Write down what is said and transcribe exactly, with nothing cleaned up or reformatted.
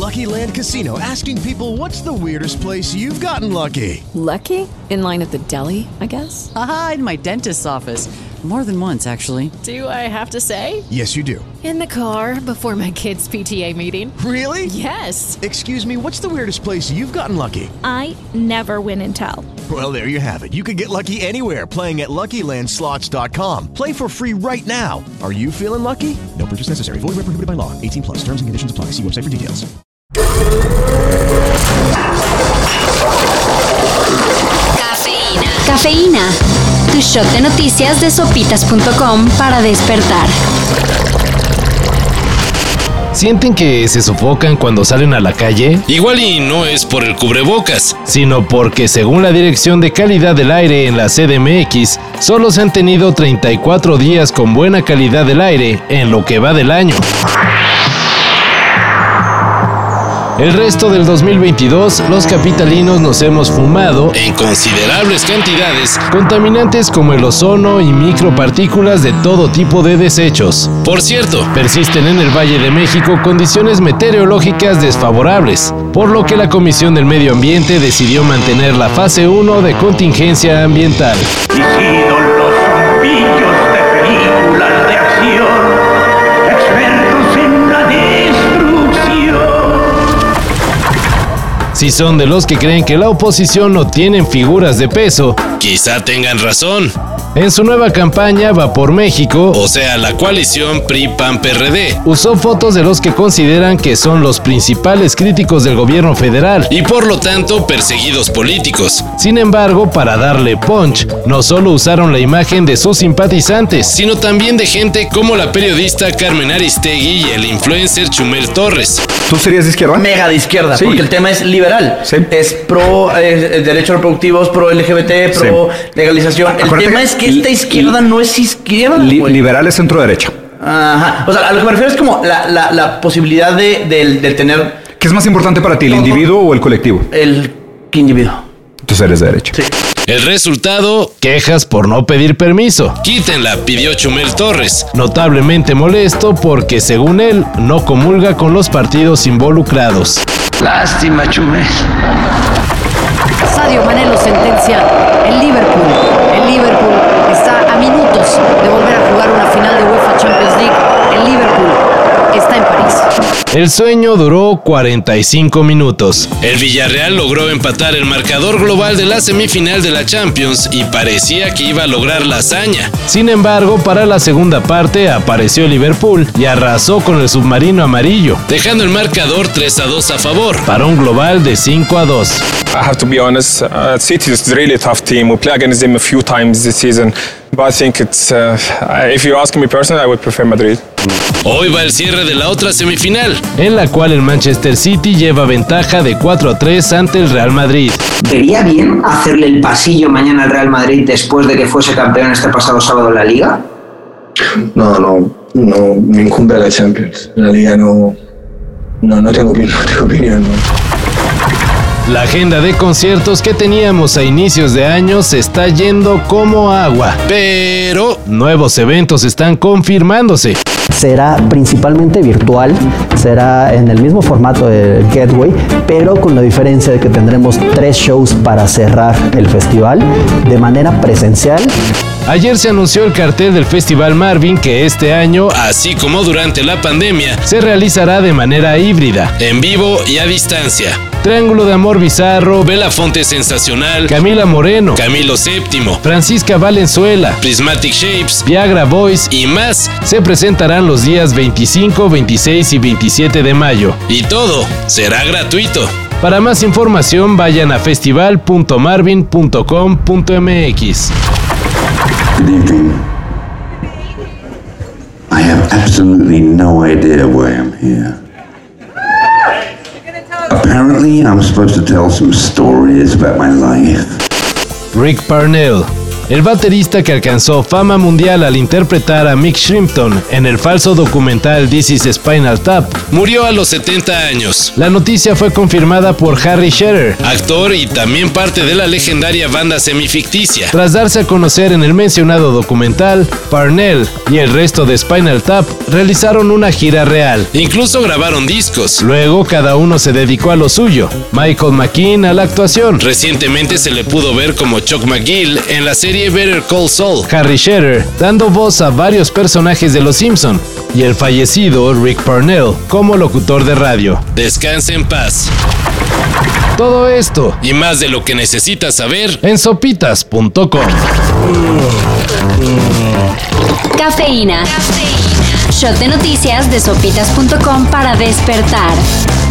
Lucky Land Casino, asking people, what's the weirdest place you've gotten lucky? Lucky? In line at the deli, I guess? Aha, in my dentist's office. More than once, actually. Do I have to say? Yes, you do. In the car before my kids' P T A meeting. Really? Yes. Excuse me, what's the weirdest place you've gotten lucky? I never win and tell. Well, there you have it. You can get lucky anywhere, playing at Lucky Land Slots dot com. Play for free right now. Are you feeling lucky? No purchase necessary. Void where prohibited by law. eighteen plus. Terms and conditions apply. See website for details. Cafeína. Cafeína. Tu shot de noticias de sopitas punto com para despertar. ¿Sienten que se sofocan cuando salen a la calle? Igual y no es por el cubrebocas, sino porque según la Dirección de Calidad del Aire en la C D M X, solo se han tenido treinta y cuatro días con buena calidad del aire en lo que va del año. El resto del dos mil veintidós, los capitalinos nos hemos fumado, en considerables cantidades, contaminantes como el ozono y micropartículas de todo tipo de desechos. Por cierto, persisten en el Valle de México condiciones meteorológicas desfavorables, por lo que la Comisión del Medio Ambiente decidió mantener la fase uno de contingencia ambiental. Si son de los que creen que la oposición no tienen figuras de peso, quizá tengan razón. En su nueva campaña Va por México, o sea, la coalición P R I P A N P R D, usó fotos de los que consideran que son los principales críticos del gobierno federal y por lo tanto perseguidos políticos. Sin embargo, para darle punch, no solo usaron la imagen de sus simpatizantes, sino también de gente como la periodista Carmen Aristegui y el influencer Chumel Torres. ¿Tú serías de izquierda? Mega de izquierda, sí. Porque el tema es liberal. Sí. Es pro eh, derechos reproductivos, pro L G B T, pro sí. legalización. El Acuérdate tema que es que esta izquierda no es izquierda. Li liberal es centro derecha. Ajá. O sea, a lo que me refiero es como la, la, la posibilidad de, de, de tener... ¿Qué es más importante para ti, el todo, individuo o el colectivo? El individuo. Entonces eres de derecha. Sí. El resultado, quejas por no pedir permiso. Quítenla, pidió Chumel Torres. Notablemente molesto porque, según él, no comulga con los partidos involucrados. Lástima, Chumel. Sadio Mané lo sentencia el Liverpool. El Liverpool está a minutos de volver a jugar una final de UEFA Champions League. El Liverpool está en París. El sueño duró cuarenta y cinco minutos. El Villarreal logró empatar el marcador global de la semifinal de la Champions y parecía que iba a lograr la hazaña. Sin embargo, para la segunda parte apareció Liverpool y arrasó con el submarino amarillo, dejando el marcador tres a dos a favor, para un global de cinco a dos. I have to be honest, uh, City is a really tough team. We play against them a few times this season, but I think it's, uh, if you ask me personally, I would prefer Madrid. Hoy va el cierre de la otra semifinal, en la cual el Manchester City lleva ventaja de cuatro a tres ante el Real Madrid. ¿Vería bien hacerle el pasillo mañana al Real Madrid después de que fuese campeón este pasado sábado en la Liga? No, no, no me incumbe la Champions. La Liga no, no, no tengo opinión, no tengo opinión, no. La agenda de conciertos que teníamos a inicios de año se está yendo como agua, pero nuevos eventos están confirmándose. Será principalmente virtual, será en el mismo formato de Gateway, pero con la diferencia de que tendremos tres shows para cerrar el festival de manera presencial. Ayer se anunció el cartel del Festival Marvin que este año, así como durante la pandemia, se realizará de manera híbrida, en vivo y a distancia. Triángulo de Amor Bizarro, Belafonte Sensacional, Camila Moreno, Camilo Séptimo, Francisca Valenzuela, Prismatic Shapes, Viagra Boys y más se presentarán los días veinticinco, veintiséis y veintisiete de mayo. Y todo será gratuito. Para más información vayan a festival punto marvin punto com punto m x. Good evening. I have absolutely no idea why I'm here. Apparently, I'm supposed to tell some stories about my life. Rick Parnell, el baterista que alcanzó fama mundial al interpretar a Mick Shrimpton en el falso documental This is Spinal Tap, murió a los setenta años. La noticia fue confirmada por Harry Shearer, actor y también parte de la legendaria banda semificticia. Tras darse a conocer en el mencionado documental, Parnell y el resto de Spinal Tap realizaron una gira real. Incluso grabaron discos. Luego cada uno se dedicó a lo suyo. Michael McKean a la actuación. Recientemente se le pudo ver como Chuck McGill en la serie Better Call Saul. Harry Shearer dando voz a varios personajes de Los Simpson y el fallecido Rick Parnell como locutor de radio. Descanse en paz. Todo esto y más de lo que necesitas saber en sopitas punto com. Cafeína. Shot de noticias de sopitas punto com para despertar.